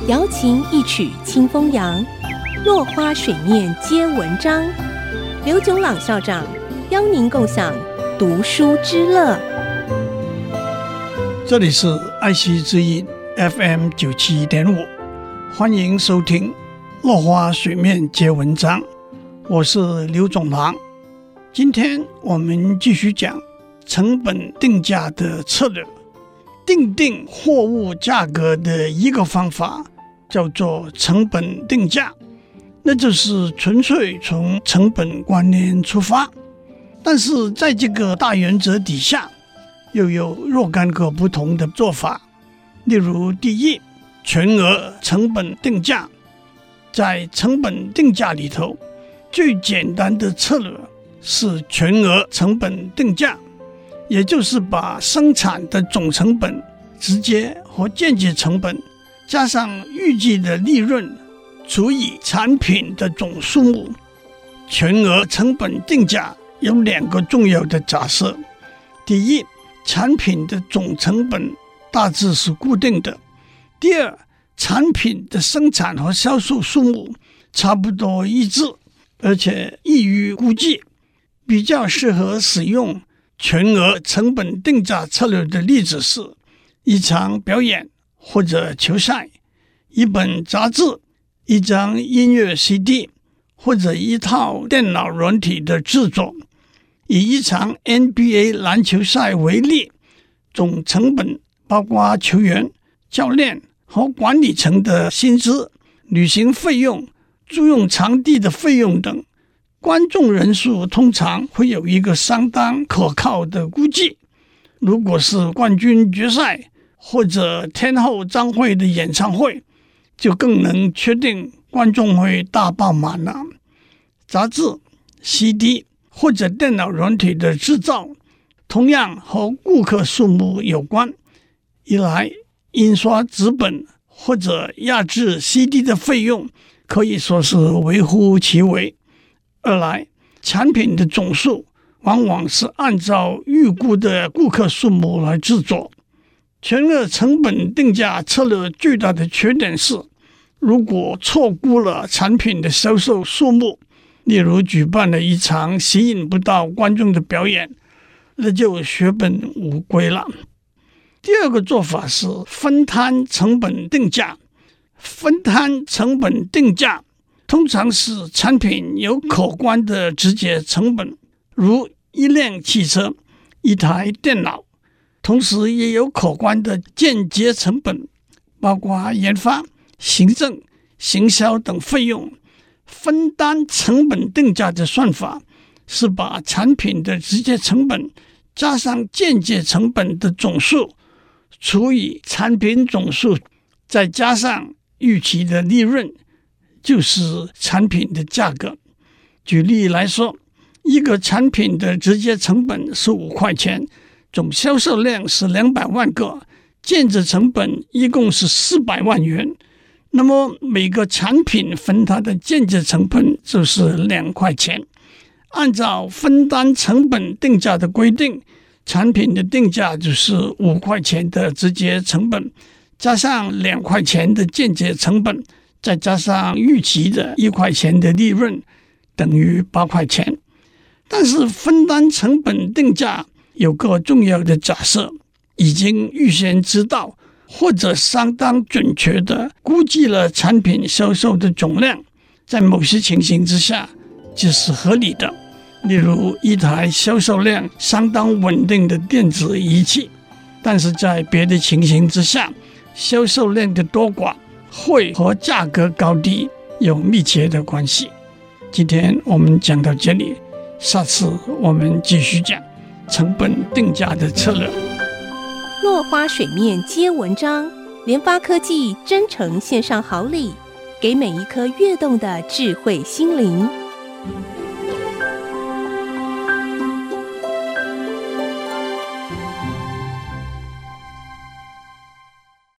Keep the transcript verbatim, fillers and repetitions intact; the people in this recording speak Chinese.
瑶琴一曲清风扬，落花水面皆文章。刘炯朗校长邀您共享读书之乐。 这里是爱惜之音 F M 九十七点五，欢迎收听落花水面皆文章，我是刘炯朗。今天我们继续讲成本定价的策略。定定货物价格的一个方法叫做成本定价，那就是纯粹从成本观念出发，但是在这个大原则底下又有若干个不同的做法。例如，第一，全额成本定价。在成本定价里头，最简单的策略是全额成本定价，也就是把生产的总成本直接或间接成本加上预计的利润除以产品的总数目。全额成本定价有两个重要的假设：第一，产品的总成本大致是固定的；第二，产品的生产和销售数目差不多一致，而且易于估计。比较适合使用全额成本定价策略的例子是一场表演或者球赛，一本杂志，一张音乐 C D， 或者一套电脑软体的制作。以一场 N B A 篮球赛为例，总成本包括球员、教练和管理层的薪资、旅行费用、租用场地的费用等。观众人数通常会有一个相当可靠的估计。如果是冠军决赛或者天后张惠的演唱会，就更能确定观众会大爆满了。杂志、C D 或者电脑软体的制造同样和顾客数目有关。一来，印刷纸本或者压制 C D 的费用可以说是微乎其微；二来，产品的总数往往是按照预估的顾客数目来制作。全额成本定价策略最大的缺点是，如果错估了产品的销售数目，例如举办了一场吸引不到观众的表演，那就血本无归了。第二个做法是分摊成本定价。分摊成本定价通常是产品有可观的直接成本，如一辆汽车、一台电脑，同时也有可观的间接成本，包括研发、行政、行销等费用。分担成本定价的算法是把产品的直接成本加上间接成本的总数除以产品总数，再加上预期的利润，就是产品的价格。举例来说，一个产品的直接成本是五块钱，总销售量是两百万个，间接成本一共是四百万元。那么每个产品分它的间接成本就是两块钱。按照分担成本定价的规定，产品的定价就是五块钱的直接成本，加上两块钱的间接成本，再加上预期的一块钱的利润，等于八块钱。但是分担成本定价有个重要的假设，已经预先知道或者相当准确地估计了产品销售的总量，在某些情形之下这是合理的。例如，一台销售量相当稳定的电子仪器，但是在别的情形之下，销售量的多寡会和价格高低有密切的关系。今天我们讲到这里，下次我们继续讲成本定价的策略。 落花水面皆文章，联发科技真诚献上好礼，给每一颗跃动的智慧心灵。